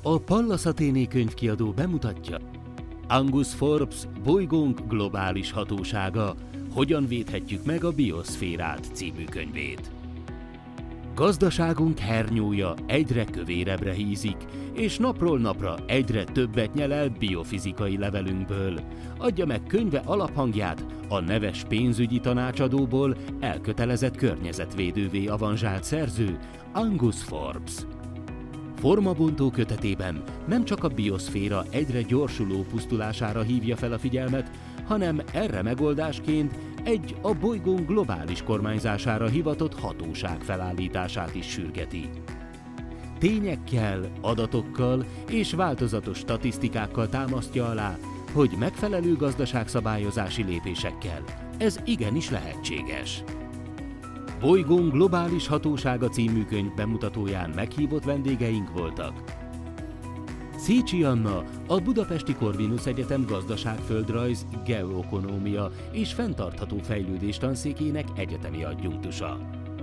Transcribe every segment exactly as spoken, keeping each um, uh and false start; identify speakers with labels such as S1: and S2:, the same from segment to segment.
S1: A Pallas Athéné könyvkiadó bemutatja Angus Forbes Bolygónk globális hatósága, hogyan védhetjük meg a bioszférát című könyvét. Gazdaságunk hernyója egyre kövérebbre hízik, és napról napra egyre többet nyel el biofizikai levelünkből. Adja meg könyve alaphangját a neves pénzügyi tanácsadóból elkötelezett környezetvédővé avanzsált szerző Angus Forbes. Formabontó kötetében nem csak a bioszféra egyre gyorsuló pusztulására hívja fel a figyelmet, hanem erre megoldásként egy a bolygón globális kormányzására hivatott hatóság felállítását is sürgeti. Tényekkel, adatokkal és változatos statisztikákkal támasztja alá, hogy megfelelő gazdaságszabályozási lépésekkel ez igenis lehetséges. Bolygón globális hatósága című könyv bemutatóján meghívott vendégeink voltak Szécsi Anna, a Budapesti Corvinus Egyetem gazdaságföldrajz, geoökonómia és fenntartható fejlődés tanszékének egyetemi adjunktusa.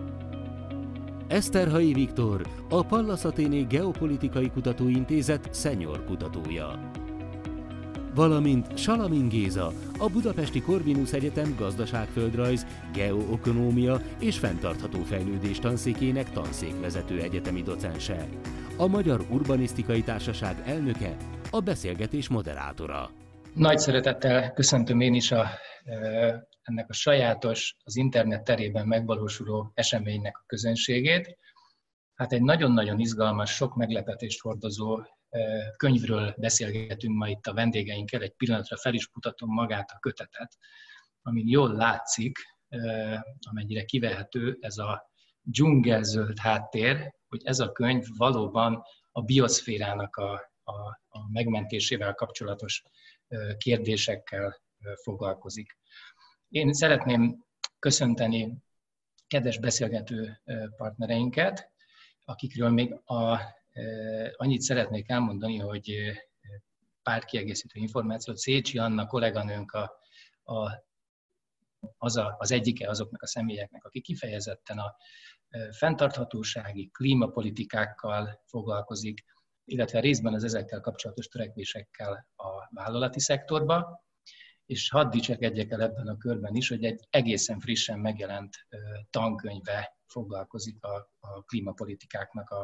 S1: Eszterhalyi Viktor, a Pallas Athéné Geopolitikai Kutatóintézet senior kutatója. Valamint Salamin Géza, a Budapesti Corvinus Egyetem gazdaságföldrajz, geoökonómia és fenntartható fejlődés tanszékének tanszékvezető egyetemi docense. A Magyar Urbanisztikai Társaság elnöke, a beszélgetés moderátora.
S2: Nagy szeretettel köszöntöm én is a, ennek a sajátos, az internet terében megvalósuló eseménynek a közönségét. Hát egy nagyon-nagyon izgalmas, sok meglepetést hordozó könyvről beszélgetünk ma itt a vendégeinkkel. Egy pillanatra fel is mutatom magát a kötetet, amin jól látszik, amennyire kivehető ez a dzsungelzöld háttér, hogy ez a könyv valóban a bioszférának a, a, a megmentésével kapcsolatos kérdésekkel foglalkozik. Én szeretném köszönteni kedves beszélgető partnereinket, akikről még a, annyit szeretnék elmondani, hogy pár kiegészítő információt. Szécsi Anna kolléganőnk a, a, az, a, az egyike azoknak a személyeknek, aki kifejezetten a fenntarthatósági, klímapolitikákkal foglalkozik, illetve részben az ezekkel kapcsolatos törekvésekkel a vállalati szektorba. És hadd dicsekedjek el ebben a körben is, hogy egy egészen frissen megjelent tankönyve foglalkozik a, a klímapolitikáknak a,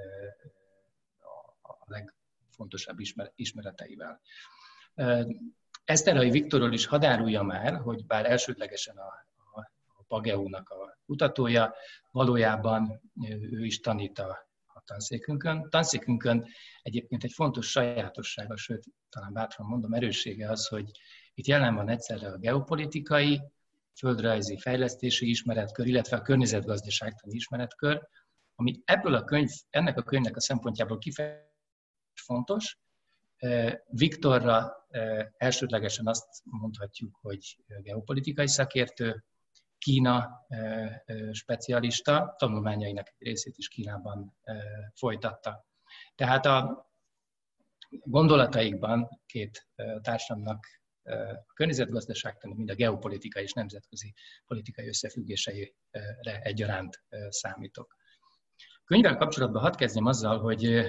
S2: a, a legfontosabb ismereteivel. Eszterhalyi Viktorról is hadd árulja már, hogy bár elsődlegesen a, a, a Pageu-nak a kutatója, valójában ő is tanít a, a tanszékünkön. Tanszékünkön egyébként egy fontos sajátossága, sőt, talán bátran mondom, erőssége az, hogy itt jelen van egyszerre a geopolitikai, földrajzi fejlesztési ismeretkör, illetve a környezetgazdaságtani ismeretkör, ami ebből a könyv, ennek a könyvnek a szempontjából kifejezetten fontos. Viktorra elsődlegesen azt mondhatjuk, hogy geopolitikai szakértő, Kína specialista, tanulmányainak egy részét is Kínában folytatta. Tehát a gondolataikban két társamnak a környezetgazdaságtani, mind a geopolitikai és nemzetközi politikai összefüggéseire egyaránt számítok. A könyvvel kapcsolatban hadd kezdjem azzal, hogy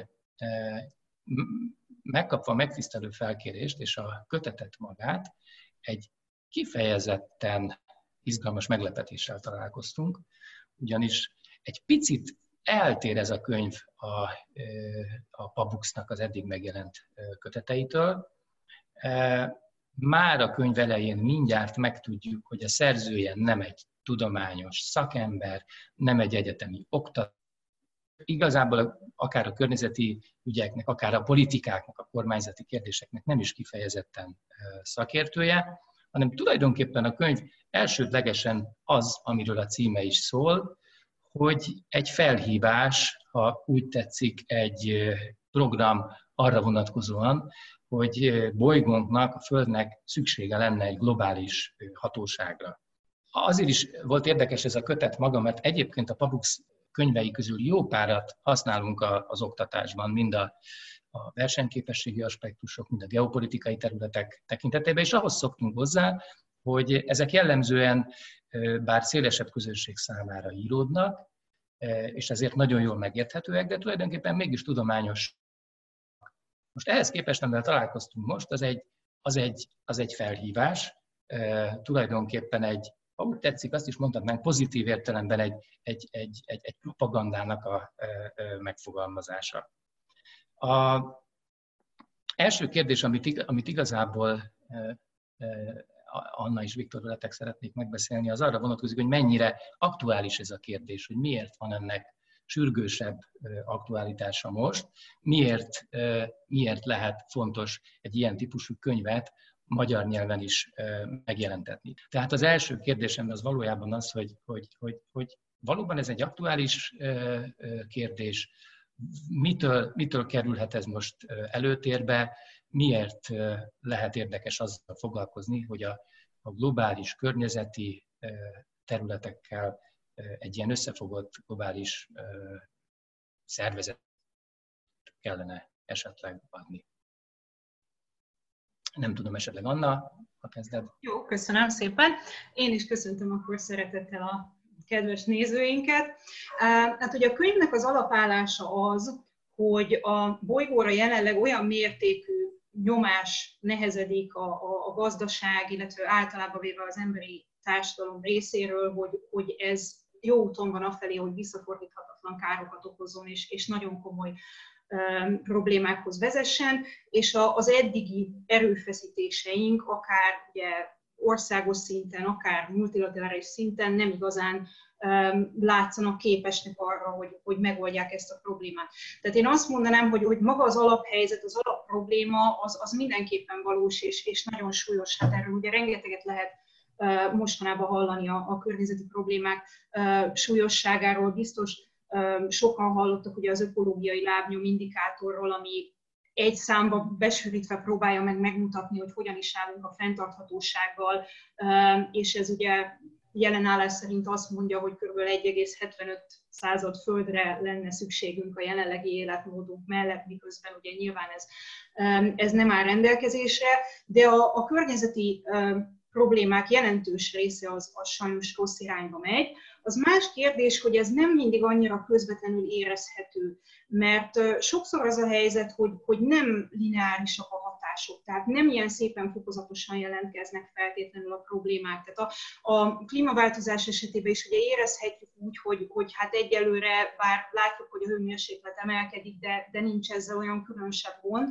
S2: megkapva a megtisztelő felkérést és a kötetet magát, egy kifejezetten izgalmas meglepetéssel találkoztunk, ugyanis egy picit eltér ez a könyv a, a Pabuxnak az eddig megjelent köteteitől. Már a könyv elején mindjárt megtudjuk, hogy a szerzője nem egy tudományos szakember, nem egy egyetemi oktató. Igazából akár a környezeti ügyeknek, akár a politikáknak, a kormányzati kérdéseknek nem is kifejezetten szakértője, hanem tulajdonképpen a könyv elsődlegesen az, amiről a címe is szól, hogy egy felhívás, ha úgy tetszik, egy program arra vonatkozóan, hogy bolygónknak, a Földnek szüksége lenne egy globális hatóságra. Azért is volt érdekes ez a kötet maga, mert egyébként a Pabux könyvei közül jó párat használunk az oktatásban, mind a, a versenyképességi aspektusok, mind a geopolitikai területek tekintetében, és ahhoz szoktunk hozzá, hogy ezek jellemzően bár szélesebb közösség számára íródnak, és ezért nagyon jól megérthetőek, de tulajdonképpen mégis tudományos Most ehhez képest, amivel találkoztunk most, az egy, az egy, az egy felhívás, e, tulajdonképpen egy, ha úgy tetszik, azt is mondhatnánk pozitív értelemben egy, egy, egy, egy, egy propagandának a e, e, megfogalmazása. Az első kérdés, amit, amit igazából e, e, Anna és Viktor veletek szeretnék megbeszélni, az arra vonatkozik, hogy mennyire aktuális ez a kérdés, hogy miért van ennek sürgősebb aktualitása most, miért, miért lehet fontos egy ilyen típusú könyvet magyar nyelven is megjelentetni. Tehát az első kérdésem az valójában az, hogy, hogy, hogy, hogy valóban ez egy aktuális kérdés, mitől, mitől kerülhet ez most előtérbe, miért lehet érdekes azzal foglalkozni, hogy a, a globális környezeti területekkel egy ilyen összefogott globális szervezet kellene esetleg adni. Nem tudom, esetleg Anna, ha kezded.
S3: Jó, köszönöm szépen. Én is köszöntöm akkor szeretettel a kedves nézőinket. Hát ugye a könyvnek az alapállása az, hogy a bolygóra jelenleg olyan mértékű nyomás nehezedik a, a, a gazdaság, illetve általában véve az emberi társadalom részéről, hogy, hogy ez jó úton van afelé, hogy visszafordíthatatlan károkat okozzon, és, és nagyon komoly um, problémákhoz vezessen, és a, az eddigi erőfeszítéseink, akár ugye országos szinten, akár multilaterális szinten nem igazán um, látszanak képesnek arra, hogy, hogy megoldják ezt a problémát. Tehát én azt mondanám, hogy, hogy maga az alaphelyzet, az alapprobléma az, az mindenképpen valós és, és nagyon súlyos. Hát erről ugye rengeteget lehet uh, mostanában hallani a, a környezeti problémák uh, súlyosságáról. Biztos uh, sokan hallottak ugye az ökológiai lábnyom indikátorról, ami egy számba besűrítve próbálja meg megmutatni, hogy hogyan is állunk a fenntarthatósággal, és ez ugye jelen állás szerint azt mondja, hogy kb. egy egész hetvenöt század földre lenne szükségünk a jelenlegi életmódunk mellett, miközben ugye nyilván ez, ez nem áll rendelkezésre, de a, a környezeti problémák jelentős része az, az sajnos rossz irányba megy. Az más kérdés, hogy ez nem mindig annyira közvetlenül érezhető, mert sokszor az a helyzet, hogy, hogy nem lineárisak a hatások, tehát nem ilyen szépen fokozatosan jelentkeznek feltétlenül a problémák. Tehát a, a klímaváltozás esetében is ugye érezhetjük úgy, hogy, hogy hát egyelőre, bár látjuk, hogy a hőmérséklet emelkedik, de, de nincs ezzel olyan különösebb gond.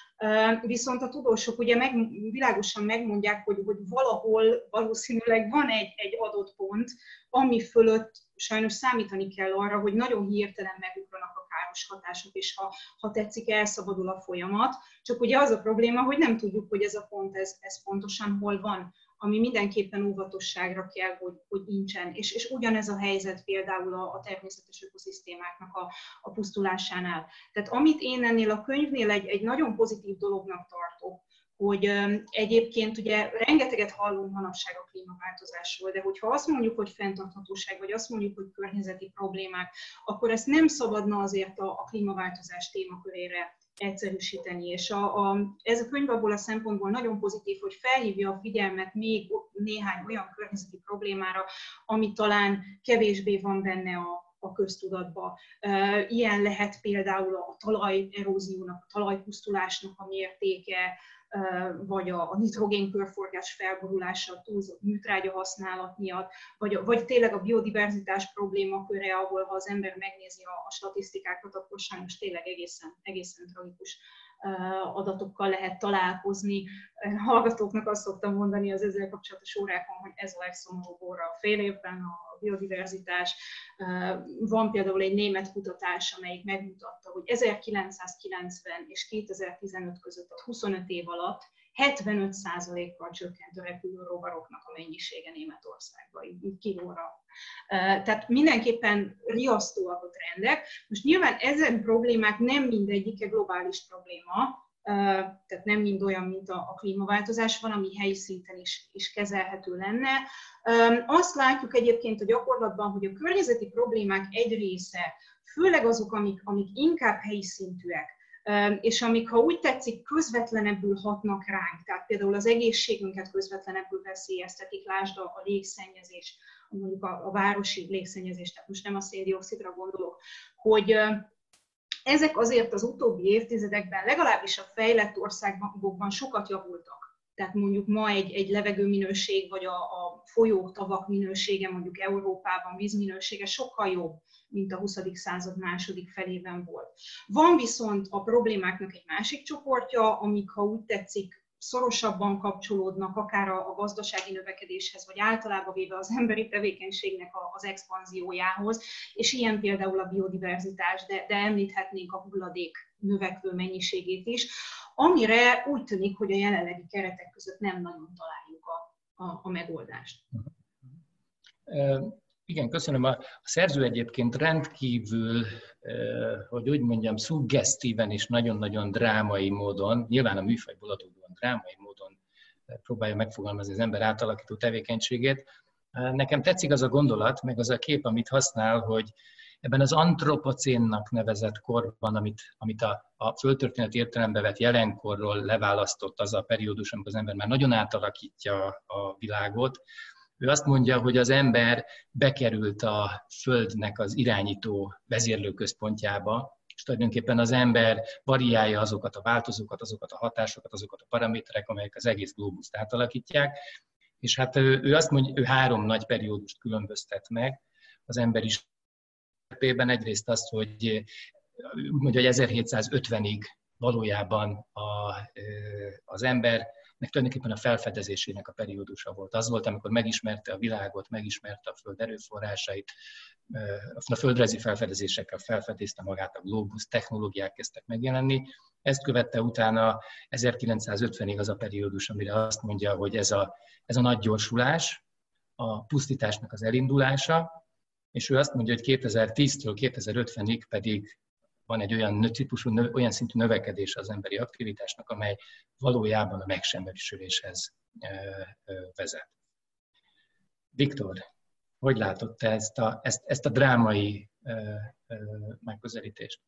S3: Viszont a tudósok ugye meg, világosan megmondják, hogy, hogy valahol valószínűleg van egy, egy adott pont, ami fölött sajnos számítani kell arra, hogy nagyon hirtelen megugranak a káros hatások, és ha, ha tetszik, elszabadul a folyamat. Csak ugye az a probléma, hogy nem tudjuk, hogy ez a pont, ez, ez pontosan hol van, ami mindenképpen óvatosságra kell, hogy, hogy nincsen. És, és ugyanez a helyzet például a, a természetes ökoszisztémáknak a, a pusztulásánál. Tehát amit én ennél a könyvnél egy, egy nagyon pozitív dolognak tartok, hogy um, egyébként ugye rengeteget hallunk manapság a klímaváltozásról, de hogyha azt mondjuk, hogy fenntarthatóság, vagy azt mondjuk, hogy környezeti problémák, akkor ezt nem szabadna azért a, a klímaváltozás témakörére egyszerűsíteni. És a, a, ez a könyv abból a szempontból nagyon pozitív, hogy felhívja a figyelmet még néhány olyan környezeti problémára, ami talán kevésbé van benne a, a köztudatban. Ilyen lehet például a talajeróziónak, a talajpusztulásnak a mértéke, vagy a nitrogén körforgás felborulása, a túlzott műtrágya használat miatt, vagy, vagy tényleg a biodiverzitás problémaköre, ahol ha az ember megnézi a, a statisztikákat, akkor sajnos tényleg egészen, egészen tragikus adatokkal lehet találkozni. Hallgatóknak azt szoktam mondani az ezzel kapcsolatos órákon, hogy ez a legszomorúbb óra a fél évben, a biodiverzitás. Van például egy német kutatás, amelyik megmutatta, hogy ezerkilencszázkilencven és kétezer-tizenöt között, tehát huszonöt év alatt hetvenöt százalékkal csökkent a repülő rovaroknak a mennyisége Németországban, így kilóra. Tehát mindenképpen riasztóak a trendek. Most nyilván ezen problémák nem mindegyike globális probléma, tehát nem mind olyan, mint a klímaváltozás, van, ami helyi szinten is, is kezelhető lenne. Azt látjuk egyébként a gyakorlatban, hogy a környezeti problémák egy része, főleg azok, amik, amik inkább helyi szintűek, és amik, ha úgy tetszik, közvetlenebbül hatnak ránk, tehát például az egészségünket közvetlenebbül veszélyeztetik, lásd a légszennyezés, mondjuk a, a városi légszennyezés, tehát most nem a szén-dioxidra gondolok, hogy ezek azért az utóbbi évtizedekben legalábbis a fejlett országokban sokat javultak. Tehát mondjuk ma egy, egy levegőminőség, vagy a, a folyók, tavak minősége, mondjuk Európában vízminősége sokkal jobb, mint a huszadik század második felében volt. Van viszont a problémáknak egy másik csoportja, amik, ha úgy tetszik, szorosabban kapcsolódnak akár a gazdasági növekedéshez, vagy általában véve az emberi tevékenységnek az expanziójához, és ilyen például a biodiverzitás, de, de említhetnénk a hulladék növekvő mennyiségét is, amire úgy tűnik, hogy a jelenlegi keretek között nem nagyon találjuk a, a, a megoldást.
S2: Igen, köszönöm. A szerző egyébként rendkívül, hogy úgy mondjam, szuggesztíven és nagyon-nagyon drámai módon, nyilván a műfajból adódóan drámai módon próbálja megfogalmazni az ember átalakító tevékenységét. Nekem tetszik az a gondolat, meg az a kép, amit használ, hogy ebben az antropocénnak nevezett korban, amit, amit a, a földtörténeti értelembe vett jelenkorról leválasztott az a periódus, amikor az ember már nagyon átalakítja a világot, ő azt mondja, hogy az ember bekerült a Földnek az irányító vezérlőközpontjába, és tulajdonképpen az ember variálja azokat a változókat, azokat a hatásokat, azokat a paraméterek, amelyek az egész glóbuszt átalakítják. És hát ő, ő azt mondja, ő három nagy periódust különböztet meg az emberi életében. Egyrészt azt, hogy, mondja, hogy ezerhétszázötvenig valójában a, az ember tulajdonképpen a felfedezésének a periódusa volt. Az volt, amikor megismerte a világot, megismerte a Föld erőforrásait, a földrajzi felfedezésekkel felfedezte magát a glóbusz, technológiák kezdtek megjelenni. Ezt követte utána ezerkilencszázötvenig az a periódus, amire azt mondja, hogy ez a, ez a nagy gyorsulás, a pusztításnak az elindulása, és ő azt mondja, hogy kétezer-tíztől kétezer-ötvenig pedig van egy olyan típusú, olyan szintű növekedés az emberi aktivitásnak, amely valójában a megsemmisüléshez vezet. Viktor, hogy látod te ezt a, ezt, ezt a drámai megközelítést?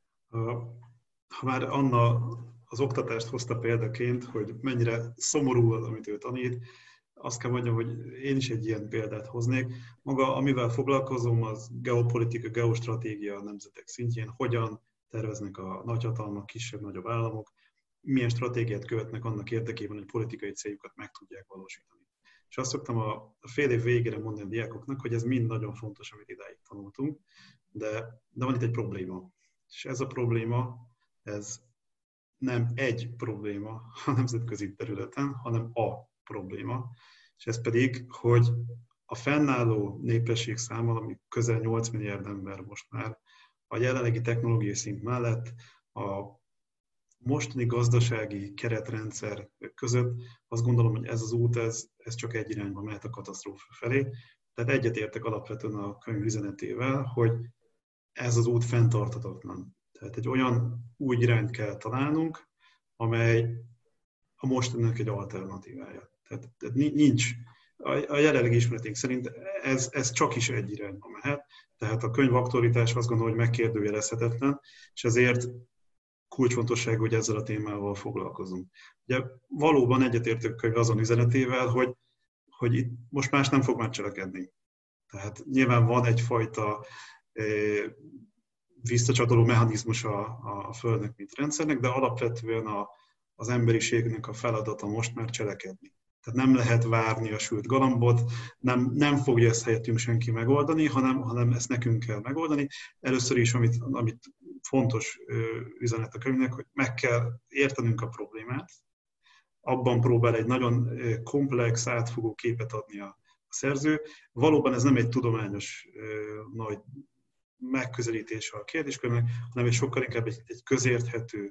S4: Ha már Anna az oktatást hozta példaként, hogy mennyire szomorú az, amit ő tanít, azt kell mondjam, hogy én is egy ilyen példát hoznék. Maga, amivel foglalkozom, az geopolitika, geostratégia a nemzetek szintjén, hogyan terveznek a nagyhatalmak, kisebb-nagyobb államok, milyen stratégiát követnek annak érdekében, hogy politikai céljukat meg tudják valósítani. És azt szoktam a fél év végére mondani a diákoknak, hogy ez mind nagyon fontos, amit idáig tanultunk, de, de van itt egy probléma. És ez a probléma, ez nem egy probléma a nemzetközi területen, hanem a probléma, és ez pedig, hogy a fennálló népesség száma, ami közel nyolc milliárd ember most már, a jelenlegi technológiai szint mellett a mostani gazdasági keretrendszer között azt gondolom, hogy ez az út, ez, ez csak egy irányba mehet a katasztrófa felé. Tehát egyetértek alapvetően a könyv üzenetével, hogy ez az út fenntarthatatlan. Tehát egy olyan új irányt kell találnunk, amely a mostaninak egy alternatívája. Tehát, tehát nincs, a jelenlegi ismereténk szerint ez, ez csak is egy irányba mehet, tehát a könyv aktualitás azt gondolom, hogy megkérdőjelezhetetlen, és ezért kulcsfontosságú, hogy ezzel a témával foglalkozunk. Ugye valóban egyetértő könyv azon üzenetével, hogy, hogy itt most más nem fog már cselekedni. Tehát nyilván van egyfajta eh, visszacsatoló mechanizmus a, a Földnek, mint rendszernek, de alapvetően a, az emberiségnek a feladata most már cselekedni. Tehát nem lehet várni a sült galambot, nem, nem fogja ezt helyettünk senki megoldani, hanem, hanem ezt nekünk kell megoldani. Először is, amit, amit fontos üzenet a könyvnek, hogy meg kell értenünk a problémát. Abban próbál egy nagyon komplex, átfogó képet adni a, a szerző. Valóban ez nem egy tudományos nagy megközelítése a kérdéskörnek, hanem egy sokkal inkább egy, egy közérthető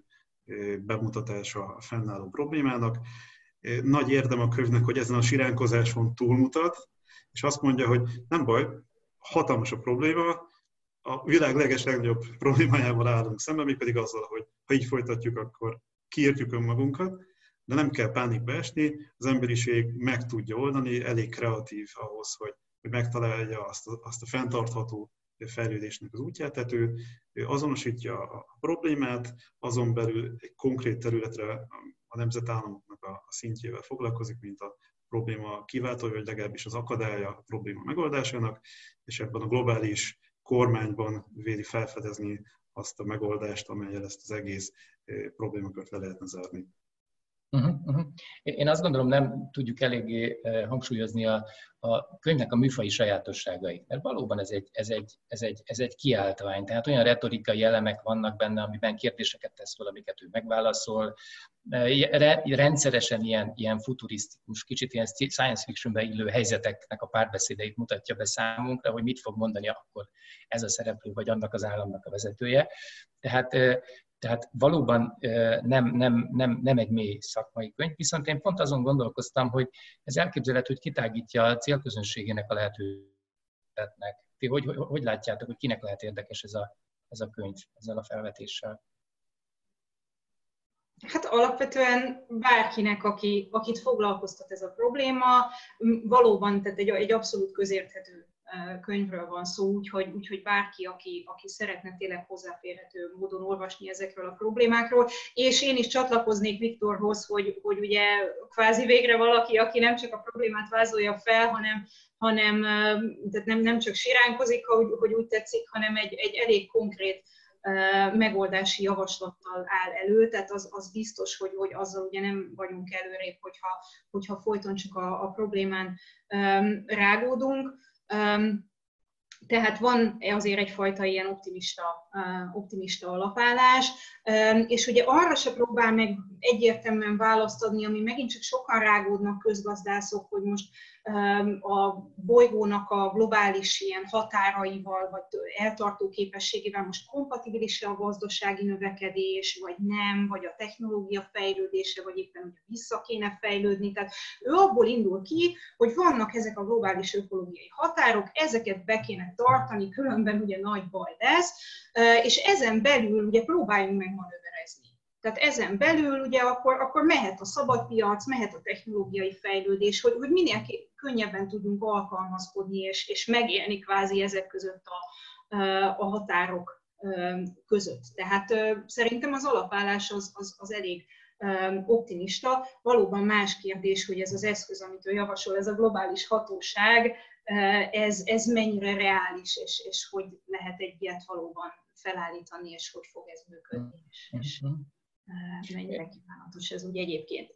S4: bemutatása a fennálló problémának. Nagy érdem a könyvnek, hogy ezen a siránkozáson túlmutat, és azt mondja, hogy nem baj, hatalmas a probléma, a világ legeslegnagyobb problémájával állunk szemben, mégpedig azzal, hogy ha így folytatjuk, akkor kiírtjuk önmagunkat, de nem kell pánikba esni, az emberiség meg tudja oldani, elég kreatív ahhoz, hogy, hogy megtalálja azt a, azt a fenntartható fejlődésnek az útját, tehát ő, ő azonosítja a problémát, azon belül egy konkrét területre a nemzetállamoknak a szintjével foglalkozik, mint a probléma kiváltója, vagy legalábbis az akadálya a probléma megoldásának, és ebben a globális kormányban véli felfedezni azt a megoldást, amellyel ezt az egész problémakört le lehetne zárni.
S2: Uh-huh, uh-huh. Én azt gondolom, nem tudjuk eléggé hangsúlyozni a, a könyvnek a műfaji sajátosságait, mert valóban ez egy, ez, egy, ez, egy, ez egy kiáltvány, tehát olyan retorikai elemek vannak benne, amiben kérdéseket tesz fel, amiket ő megválaszol. Rendszeresen ilyen, ilyen futurisztikus, kicsit ilyen science fictionbe illő helyzeteknek a párbeszédeit mutatja be számunkra, hogy mit fog mondani akkor ez a szereplő, vagy annak az államnak a vezetője. Tehát Tehát valóban nem, nem, nem, nem egy mély szakmai könyv, viszont én pont azon gondolkoztam, hogy ez elképzelhető, hogy kitágítja a célközönségének a lehetőségnek. Ti hogy, hogy, hogy látjátok, hogy kinek lehet érdekes ez a, ez a könyv ezzel a felvetéssel?
S3: Hát alapvetően bárkinek, aki, akit foglalkoztat ez a probléma, valóban tehát egy, egy abszolút közérthető könyvről van szó, úgyhogy, úgyhogy bárki, aki, aki szeretne tényleg hozzáférhető módon olvasni ezekről a problémákról, és én is csatlakoznék Viktorhoz, hogy, hogy ugye kvázi végre valaki, aki nem csak a problémát vázolja fel, hanem, hanem tehát nem, nem csak siránkozik, hogy, hogy úgy tetszik, hanem egy, egy elég konkrét megoldási javaslattal áll elő, tehát az, az biztos, hogy, hogy azzal ugye nem vagyunk előrébb, hogyha, hogyha folyton csak a, a problémán rágódunk. Tehát van azért egyfajta ilyen optimista, optimista alapállás, és ugye arra se próbál meg egyértelműen választ adni, ami megint csak sokan rágódnak közgazdászok, hogy most a bolygónak a globális ilyen határaival, vagy eltartó képességével most kompatibilis-e a gazdasági növekedés, vagy nem, vagy a technológia fejlődése, vagy éppen ugye vissza kéne fejlődni. Tehát ő abból indul ki, hogy vannak ezek a globális ökológiai határok, ezeket be kéne tartani, különben ugye nagy baj lesz, és ezen belül ugye próbáljunk meg manőverezni. Tehát ezen belül ugye akkor, akkor mehet a szabadpiac, mehet a technológiai fejlődés, hogy, hogy minél könnyebben tudjunk alkalmazkodni és, és megélni kvázi ezek között a, a határok között. Tehát szerintem az alapállás az, az, az elég optimista. Valóban más kérdés, hogy ez az eszköz, amit ő javasol, ez a globális hatóság, ez, ez mennyire reális, és, és hogy lehet egy ilyet valóban felállítani, és hogy fog ez működni, és, és mennyire kívánatos ez úgy egyébként.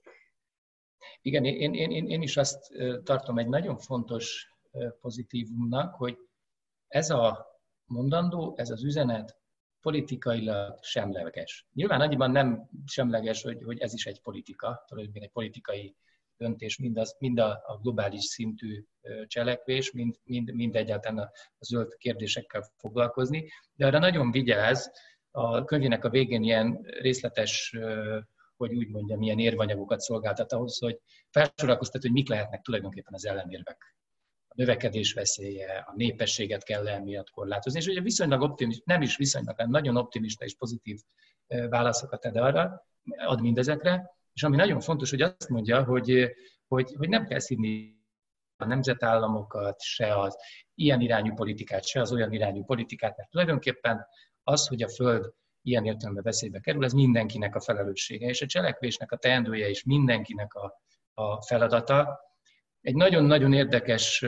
S2: Igen, én, én, én, én is azt tartom egy nagyon fontos pozitívumnak, hogy ez a mondandó, ez az üzenet politikailag semleges. Nyilván annyiban nem semleges, hogy, hogy ez is egy politika, tulajdonképpen egy politikai döntés, mind, az, mind a, a globális szintű cselekvés, mind, mind, mind egyáltalán a, a zöld kérdésekkel foglalkozni, de arra nagyon vigyáz, a könyvének a végén ilyen részletes, hogy úgy mondjam, ilyen érvanyagokat szolgáltat ahhoz, hogy felsorakoztat, hogy mik lehetnek tulajdonképpen az ellenérvek. A növekedés veszélye, a népességet kell emiatt korlátozni, és ugye viszonylag optimista, nem is viszonylag, hanem nagyon optimista és pozitív válaszokat ad arra, ad mindezekre, és ami nagyon fontos, hogy azt mondja, hogy, hogy, hogy nem kell szívni a nemzetállamokat, se az ilyen irányú politikát, se az olyan irányú politikát, mert tulajdonképpen az, hogy a Föld ilyen értelemben veszélybe kerül, ez mindenkinek a felelőssége, és a cselekvésnek a teendője is mindenkinek a, a feladata. Egy nagyon-nagyon érdekes,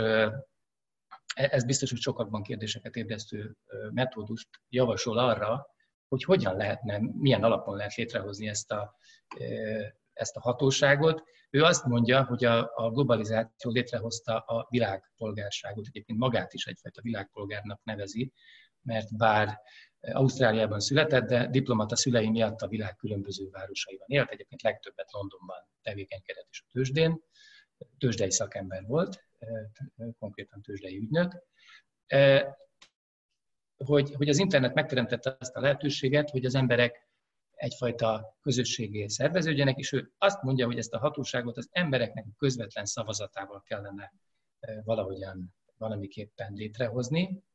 S2: ez biztos, hogy sokakban kérdéseket ébresztő metódust javasol arra, hogy hogyan lehetne, milyen alapon lehet létrehozni ezt a, ezt a hatóságot. Ő azt mondja, hogy a, a globalizáció létrehozta a világpolgárságot, egyébként magát is egyfajta világpolgárnak nevezi, mert bár Ausztráliában született, de diplomata szülei miatt a világ különböző városaiban élt, egyébként legtöbbet Londonban tevékenykedett is a tőzsdén, tőzsdei szakember volt, konkrétan tőzsdei ügynök, hogy, hogy az internet megteremtette azt a lehetőséget, hogy az emberek egyfajta közösségé szerveződjenek, és ő azt mondja, hogy ezt a hatóságot az embereknek közvetlen szavazatával kellene valahogyan valamiképpen létrehozni.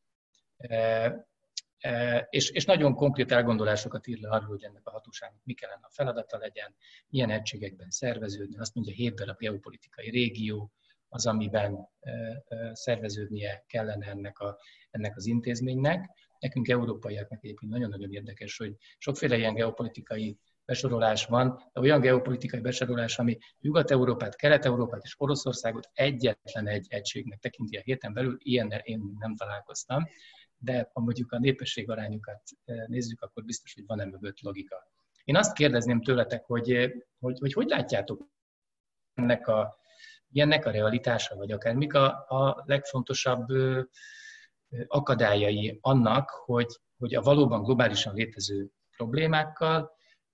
S2: És, és nagyon konkrét elgondolásokat ír le arról, hogy ennek a hatóságnak mi kellene a feladata legyen, milyen egységekben szerveződni. Azt mondja, hét darab geopolitikai régió az, amiben szerveződnie kellene ennek, a, ennek az intézménynek. Nekünk európaiaknak egyébként nagyon-nagyon érdekes, hogy sokféle ilyen geopolitikai besorolás van, de olyan geopolitikai besorolás, ami Nyugat-Európát, Kelet-Európát és Oroszországot egyetlen egy egységnek tekinti a héten belül, ilyennel én nem találkoztam. de ha mondjuk a népesség arányokat nézzük, akkor biztos, hogy van-e mögött logika. Én azt kérdezném tőletek, hogy hogy, hogy, hogy látjátok ennek a, ennek a realitása, vagy akár mik a, a legfontosabb akadályai annak, hogy, hogy a valóban globálisan létező problémákkal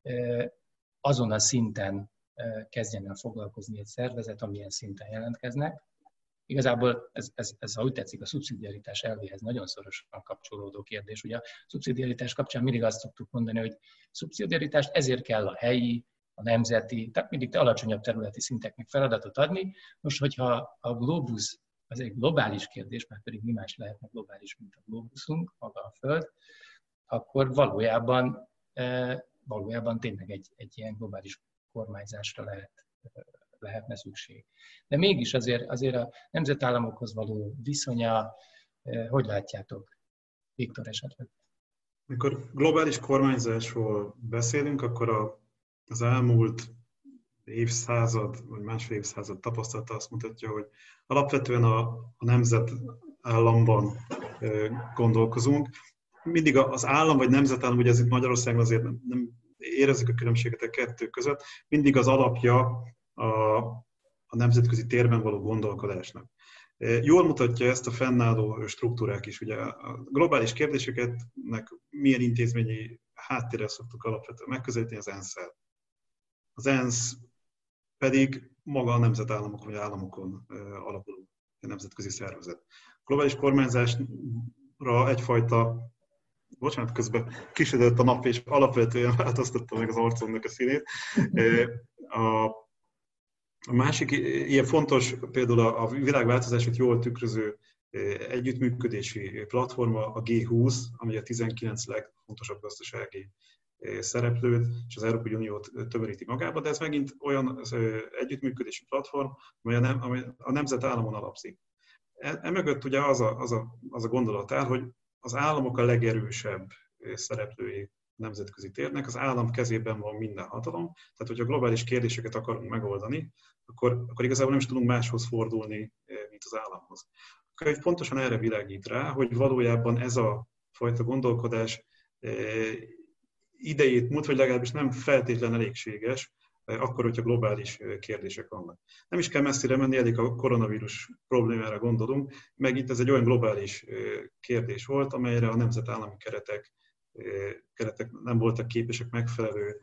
S2: azon a szinten kezdjen el foglalkozni egy szervezet, amilyen szinten jelentkeznek. Igazából ez, ez, ez, ha úgy tetszik, a szubszidiaritás elvéhez nagyon szorosan kapcsolódó kérdés. Ugye a szubszidiaritás kapcsán mindig azt szoktuk mondani, hogy szubszidiaritást ezért kell a helyi, a nemzeti, tehát mindig alacsonyabb területi szinteknek feladatot adni. Most, hogyha a globus az egy globális kérdés, mert pedig mi más lehetne globális, mint a globuszunk, maga a Föld, akkor valójában, valójában tényleg egy, egy ilyen globális kormányzásra lehet, lehetne szükség. De mégis azért, azért a nemzetállamokhoz való viszonya, hogy látjátok? Viktor esetleg.
S4: Amikor globális kormányzásról beszélünk, akkor a, az elmúlt évszázad, vagy másfél évszázad tapasztalata azt mutatja, hogy alapvetően a, a nemzetállamban gondolkozunk. Mindig az állam vagy nemzetállam, ugye ez itt Magyarországon azért nem, nem érezzük a különbséget a kettő között, mindig az alapja a, a nemzetközi térben való gondolkodásnak. Jól mutatja ezt a fennálló struktúrák is. Ugye a globális kérdéseknek milyen intézményi háttérrel szoktuk alapvetően megközelíteni az ENSZ-el. Az ENSZ pedig maga a nemzetállamokon vagy államokon alapuló nemzetközi szervezet. A globális kormányzásra egyfajta, bocsánat, közben kisödött a nap, és alapvetően változtatta meg az arcomnak a színét. A, a másik ilyen fontos, például a világváltozását jól tükröző együttműködési platforma a G húsz, ami a tizenkilenc legfontosabb gazdasági szereplőt és az Európai Uniót tömöríti magába, de ez megint olyan együttműködési platform, amely a, nem, amely a nemzetállamon alapszik. Emögött ugye az a, az, a, az a gondolat áll, hogy az államok a legerősebb szereplői a nemzetközi térnek, az állam kezében van minden hatalom, tehát hogyha globális kérdéseket akarunk megoldani, akkor, akkor igazából nem is tudunk máshoz fordulni, mint az államhoz. A könyv pontosan erre világít rá, hogy valójában ez a fajta gondolkodás idejét múlt, vagy legalábbis nem feltétlen elégséges, akkor, hogyha globális kérdések vannak. Nem is kell messzire menni, elég a koronavírus problémára gondolunk, meg itt ez egy olyan globális kérdés volt, amelyre a nemzetállami keretek, keretek nem voltak képesek megfelelő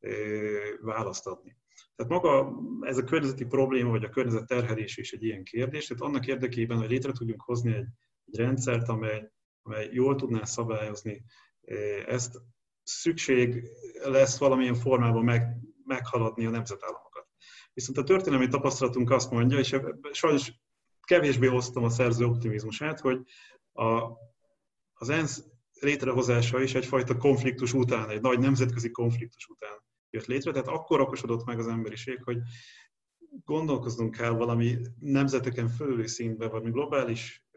S4: választ adni. Tehát maga ez a környezeti probléma, vagy a környezet terhelés is egy ilyen kérdés, tehát annak érdekében, hogy létre tudjunk hozni egy, egy rendszert, amely, amely jól tudná szabályozni ezt, szükség lesz valamilyen formában meg, meghaladni a nemzetállamokat. Viszont a történelmi tapasztalatunk azt mondja, és sajnos kevésbé osztom a szerző optimizmusát, hogy a, az ENSZ létrehozása is egyfajta konfliktus után, egy nagy nemzetközi konfliktus után jött létre, tehát akkor okosodott meg az emberiség, hogy gondolkoznunk kell valami nemzeteken fölüli szintben, valami globális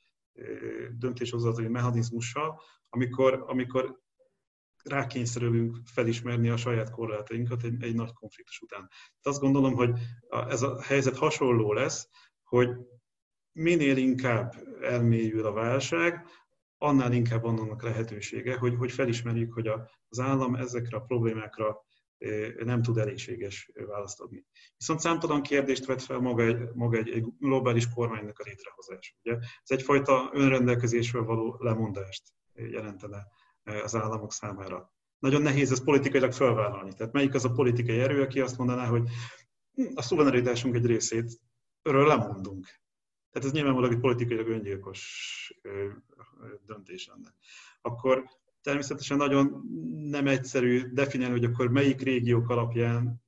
S4: döntéshozatali mechanizmussal, amikor, amikor rákényszerülünk felismerni a saját korlátainkat egy, egy nagy konfliktus után. Tehát azt gondolom, hogy ez a helyzet hasonló lesz, hogy minél inkább elmélyül a válság, annál inkább van annak lehetősége, hogy, hogy felismerjük, hogy a, az állam ezekre a problémákra nem tud elégséges választ adni. Viszont számtalan kérdést vet fel maga egy, maga egy, egy globális kormánynak a létrehozása. Ugye? Ez egyfajta önrendelkezésről való lemondást jelentene az államok számára. Nagyon nehéz ezt politikailag felvállalni. Tehát melyik az a politikai erő, aki azt mondaná, hogy a szuverenitásunk egy részét örről lemondunk. Tehát ez nyilvánvalóan egy politikailag öngyilkos döntés lenne. Akkor természetesen nagyon nem egyszerű definiálni, hogy akkor melyik régiók alapján,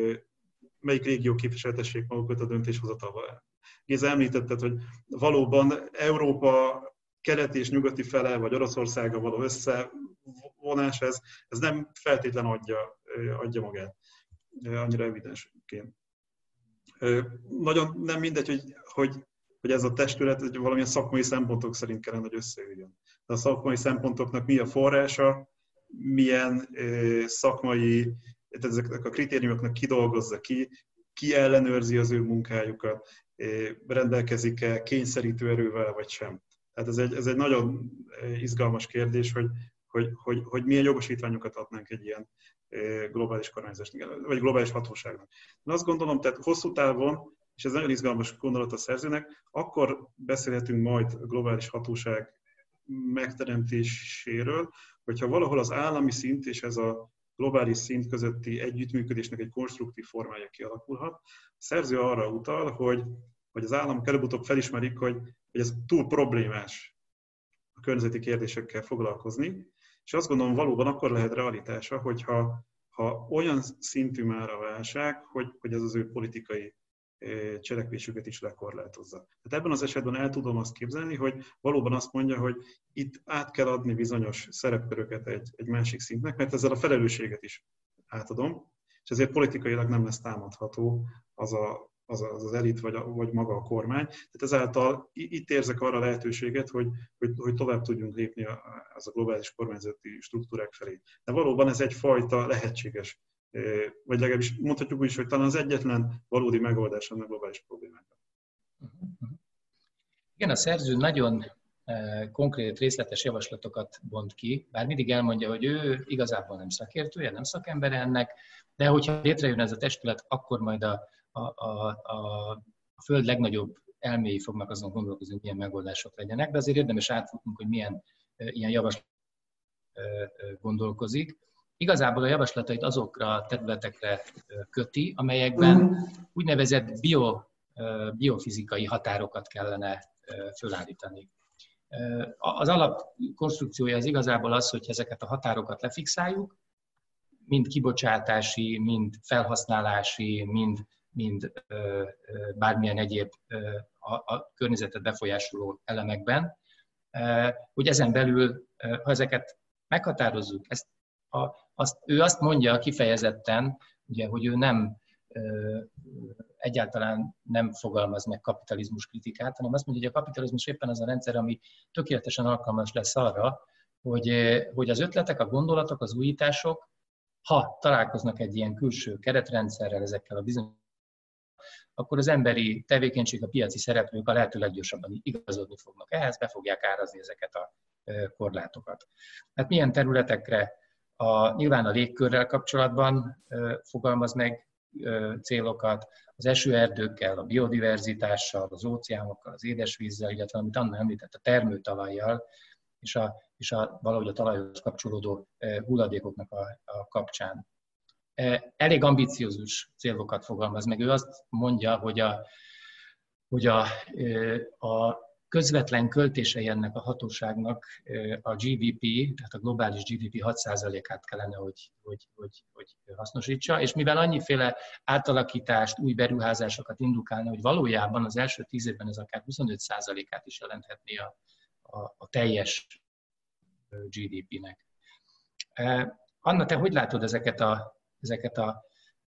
S4: melyik régiók képviseltessék magukat a döntéshozatalban. Géza, említetted, hogy valóban Európa keleti és nyugati fele, vagy Oroszországgal való összevonás, ez, ez nem feltétlen adja, adja magát, annyira evidensként. Nagyon nem mindegy, hogy, hogy, hogy ez a testület hogy valamilyen szakmai szempontok szerint kellene, hogy összeüljön. De a szakmai szempontoknak mi a forrása, milyen szakmai, ezeknek a kritériumoknak kidolgozza ki, ki ellenőrzi az ő munkájukat, rendelkezik-e kényszerítő erővel, vagy sem. Tehát ez egy, ez egy nagyon izgalmas kérdés, hogy, hogy, hogy, hogy milyen jogosítványokat adnánk egy ilyen globális kormányzásnak, vagy globális hatóságnak. Én azt gondolom, tehát hosszú távon, és ez nagyon izgalmas gondolat a szerzőnek, akkor beszélhetünk majd globális hatóság megteremtéséről, hogyha valahol az állami szint és ez a globális szint közötti együttműködésnek egy konstruktív formája kialakulhat. A szerző arra utal, hogy, hogy az államok előbb-utóbb felismerik, hogy, hogy ez túl problémás a környezeti kérdésekkel foglalkozni, és azt gondolom valóban akkor lehet realitása, hogyha ha olyan szintű már a válság, hogy, hogy ez az ő politikai cselekvésüket is lekorlátozza. Tehát ebben az esetben el tudom azt képzelni, hogy valóban azt mondja, hogy itt át kell adni bizonyos szerepköröket egy, egy másik szintnek, mert ezzel a felelősséget is átadom, és ezért politikailag nem lesz támadható az a, az, a, az, az elit vagy, a, vagy maga a kormány. Tehát ezáltal itt érzek arra lehetőséget, hogy, hogy, hogy tovább tudjunk lépni az a globális kormányzati struktúrák felé. De valóban ez egyfajta lehetséges, vagy legalábbis mondhatjuk úgy is, hogy talán az egyetlen valódi megoldás a globális problémákra.
S2: Igen, a szerző nagyon konkrét, részletes javaslatokat bont ki, bár mindig elmondja, hogy ő igazából nem szakértője, nem szakember ennek, de hogyha létrejön ez a testület, akkor majd a, a, a, a, a Föld legnagyobb elméi fognak azon gondolkozni, hogy milyen megoldások legyenek, de azért érdemes átfutnunk, hogy milyen ilyen javaslat gondolkozik. Igazából a javaslatait azokra a területekre köti, amelyekben úgynevezett bio, biofizikai határokat kellene fölállítani. Az alapkonstrukciója az igazából az, hogy ezeket a határokat lefixáljuk, mind kibocsátási, mind felhasználási, mind, mind bármilyen egyéb a, a környezetet befolyásoló elemekben, hogy ezen belül, ha ezeket meghatározzuk, ezt A, azt, ő azt mondja kifejezetten, ugye, hogy ő nem ö, egyáltalán nem fogalmaz meg kapitalizmus kritikát, hanem azt mondja, hogy a kapitalizmus éppen az a rendszer, ami tökéletesen alkalmas lesz arra, hogy, hogy az ötletek, a gondolatok, az újítások, ha találkoznak egy ilyen külső keretrendszerrel, ezekkel a bizonyos, akkor az emberi tevékenység, a piaci szereplők a lehető leggyorsabban igazodni fognak ehhez, be fogják árazni ezeket a korlátokat. Hát milyen területekre? A, nyilván a légkörrel kapcsolatban ö, fogalmaz meg ö, célokat, az esőerdőkkel, a biodiverzitással, az óceánokkal, az édesvízzel, illetve amit Anna említett, a termőtalajjal, és, a, és a, valahogy a talajhoz kapcsolódó ö, hulladékoknak a, a kapcsán. E, elég ambiciózus célokat fogalmaz meg. Ő azt mondja, hogy a, hogy a, ö, a közvetlen költései ennek a hatóságnak a gé dé pé, tehát a globális gé dé pé hat százalékát kellene, hogy, hogy, hogy, hogy hasznosítsa, és mivel annyiféle átalakítást, új beruházásokat indukálna, hogy valójában az első tíz évben ez akár huszonöt százalékát is jelenthetné a, a, a teljes gé dé pének. Anna, te hogy látod ezeket a, ezeket a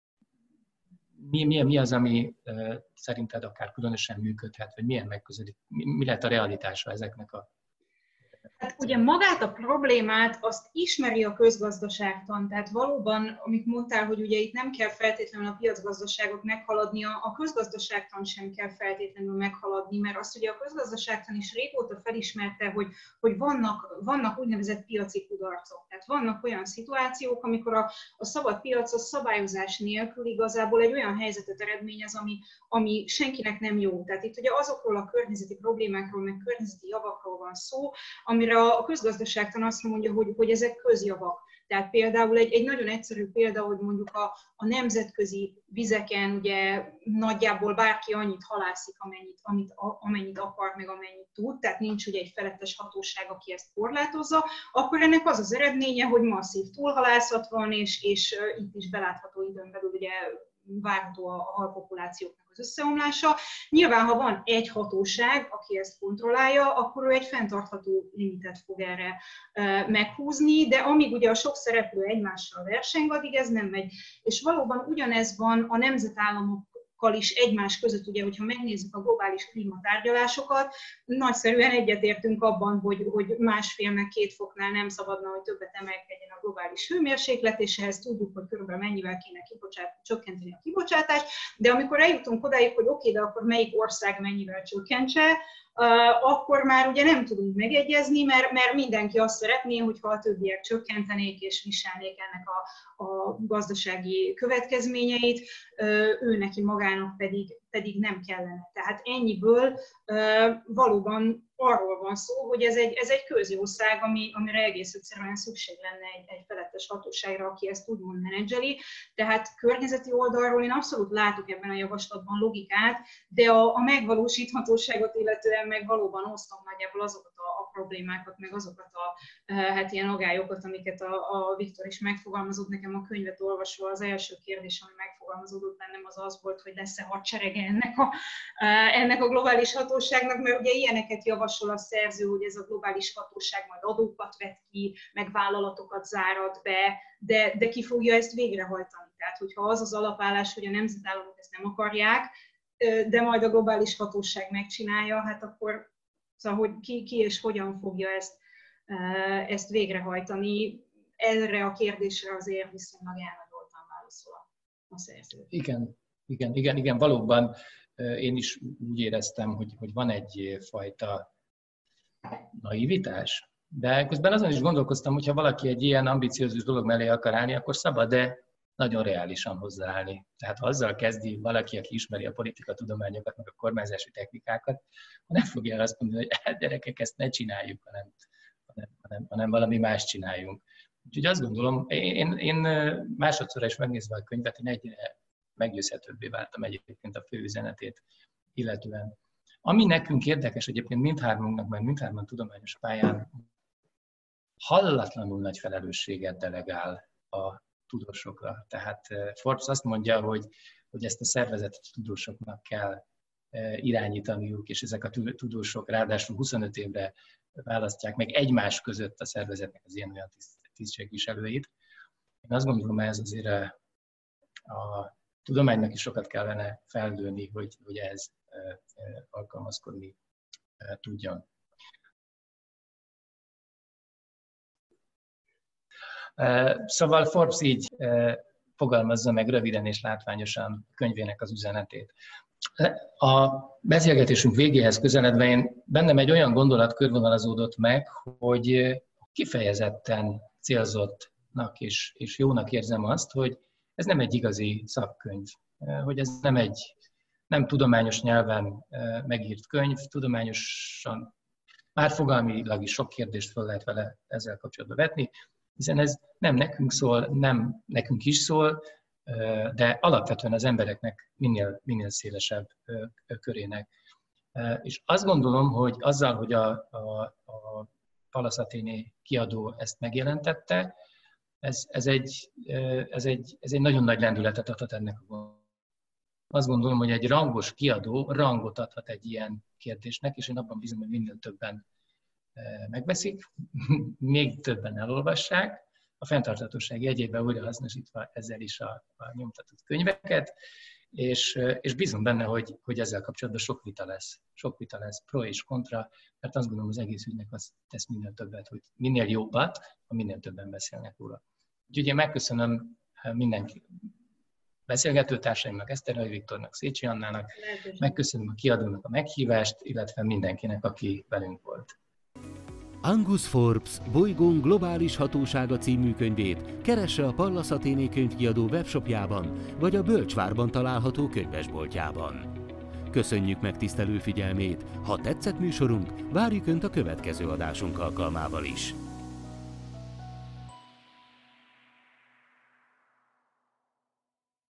S2: Mi, mi, mi az, ami uh, szerinted akár különösen működhet, vagy milyen megközelít, mi, mi lehet a realitása ezeknek a...
S3: Hát ugye magát a problémát azt ismeri a közgazdaságtan, tehát valóban, amit mondtál, hogy ugye itt nem kell feltétlenül a piacgazdaságot meghaladnia, a közgazdaságtan sem kell feltétlenül meghaladni, mert azt ugye a közgazdaságtan is régóta felismerte, hogy, hogy vannak, vannak úgynevezett piaci kudarcok. Tehát vannak olyan szituációk, amikor a, a szabad piac a szabályozás nélkül igazából egy olyan helyzetet eredményez, ami, ami senkinek nem jó. Tehát itt ugye azokról a környezeti problémákról, meg környezeti javakról van szó, amire a közgazdaságtan azt mondja, hogy, hogy ezek közjavak. Tehát például egy, egy nagyon egyszerű példa, hogy mondjuk a, a nemzetközi vizeken ugye nagyjából bárki annyit halászik, amennyit, amit, a, amennyit akar, meg amennyit tud, tehát nincs ugye egy felettes hatóság, aki ezt korlátozza, akkor ennek az az eredménye, hogy masszív túlhalászat van, és, és uh, itt is belátható időn belül ugye várható a halpopulációknak az összeomlása. Nyilván, ha van egy hatóság, aki ezt kontrollálja, akkor ő egy fenntartható limitet fog erre uh, meghúzni, de amíg ugye a sok szereplő egymással verseng, addig ez nem megy. És valóban ugyanez van a nemzetállamok is egymás között, ugye, hogyha megnézzük a globális klímatárgyalásokat, nagyszerűen egyetértünk abban, hogy, hogy másfél meg két foknál nem szabadna, hogy többet emelkedjen a globális hőmérséklet, és ehhez tudjuk, hogy körülbelül mennyivel kéne kibocsát, csökkenteni a kibocsátást, de amikor eljutunk odáig, hogy oké, de akkor melyik ország mennyivel csökkentse, Uh, akkor már ugye nem tudunk megegyezni, mert, mert mindenki azt szeretné, hogyha a többiek csökkentenék és viselnék ennek a, a gazdasági következményeit, uh, ő neki magának pedig, pedig nem kellene. Tehát ennyiből uh, valóban arról van szó, hogy ez egy, ez egy közjószág, ami, amire egész egyszerűen szükség lenne egy, egy felettes hatóságra, aki ezt úgymond menedzseli. Tehát környezeti oldalról én abszolút látok ebben a javaslatban logikát, de a, a megvalósíthatóságot illetően meg valóban osztom nagyjából azokat a, a problémákat, meg azokat a hát ilyen agályokat, amiket a, a Viktor is megfogalmazott. Nekem a könyvet olvasva az első kérdés, ami megfogalmazódott bennem, az az volt, hogy lesz-e hadserege ennek a, ennek a globális hatóságnak, mert ugye ilyeneket javasol a szerző, hogy ez a globális hatóság majd adókat vet ki, meg vállalatokat zárad be, de, de ki fogja ezt végrehajtani. Tehát, hogyha az az alapállás, hogy a nemzetállamok ezt nem akarják, de majd a globális hatóság megcsinálja, hát akkor szóval, hogy ki, ki és hogyan fogja ezt, ezt végrehajtani, erre a kérdésre azért viszonylag elnagyoltan válaszol a szerző.
S2: Igen, igen, igen, igen, valóban én is úgy éreztem, hogy, hogy van egyfajta naivitás, de közben azon is gondolkoztam, hogy ha valaki egy ilyen ambiciózus dolog mellé akar állni, akkor szabad, de nagyon reálisan hozzáállni. Tehát ha azzal kezdi valaki, aki ismeri a politikatudományokat, meg a kormányzási technikákat, nem fogja azt mondani, hogy hát gyerekek, ezt ne csináljuk, hanem, hanem, hanem, hanem valami más csináljunk. Úgyhogy azt gondolom, én, én másodszorra is megnézve a könyvet, én egyre meggyőzhetőbbé váltam egyébként a fő üzenetét illetően. Ami nekünk érdekes egyébként mindhármunknak, mert mindhárman tudományos pályán hallatlanul nagy felelősséget delegál a tudósokra. Tehát Forbes azt mondja, hogy, hogy ezt a szervezetet tudósoknak kell irányítaniuk, és ezek a tudósok ráadásul huszonöt évre választják meg egymás között a szervezetnek az ilyen-olyan tisztségviselőit. Én azt gondolom, ez azért a, a tudománynak is sokat kellene feldőlni, hogy, hogy ez alkalmazkodni tudjon. Szóval Forbes így fogalmazza meg röviden és látványosan könyvének az üzenetét. A beszélgetésünk végéhez közeledve én bennem egy olyan gondolat körvonalazódott meg, hogy kifejezetten célzottnak és, és jónak érzem azt, hogy ez nem egy igazi szakkönyv, hogy ez nem egy nem tudományos nyelven megírt könyv, tudományosan már fogalmilag is sok kérdést fel lehet vele ezzel kapcsolatban vetni, hiszen ez nem nekünk szól, nem nekünk is szól, de alapvetően az embereknek minél, minél szélesebb körének. És azt gondolom, hogy azzal, hogy a, a, a Pallas Athéné kiadó ezt megjelentette, ez, ez, egy, ez, egy, ez egy nagyon nagy lendületet adhat ennek a gondolatnak. Azt gondolom, hogy egy rangos kiadó rangot adhat egy ilyen kérdésnek, és én abban bízom, hogy minél többen megveszik, még többen elolvassák, a fenntarthatóság jegyében újra hasznosítva ezzel is a, a nyomtatott könyveket, és, és bízom benne, hogy, hogy ezzel kapcsolatban sok vita lesz, sok vita lesz, pro és kontra, mert azt gondolom, az egész ügynek az tesz minél többet, hogy minél jobbat, ha minél többen beszélnek róla. Úgyhogy én megköszönöm mindenki beszélgetőtársaimnak, Eszterhely Viktornak, Szécsi Annának, megköszönöm a kiadónak a meghívást, illetve mindenkinek, aki velünk volt.
S1: Angus Forbes Bolygón globális hatósága című könyvét keresse a Pallas Athéné könyvkiadó webshopjában, vagy a Bölcsvárban található könyvesboltjában. Köszönjük megtisztelő figyelmét! Ha tetszett műsorunk, várjuk Önt a következő adásunk alkalmával is!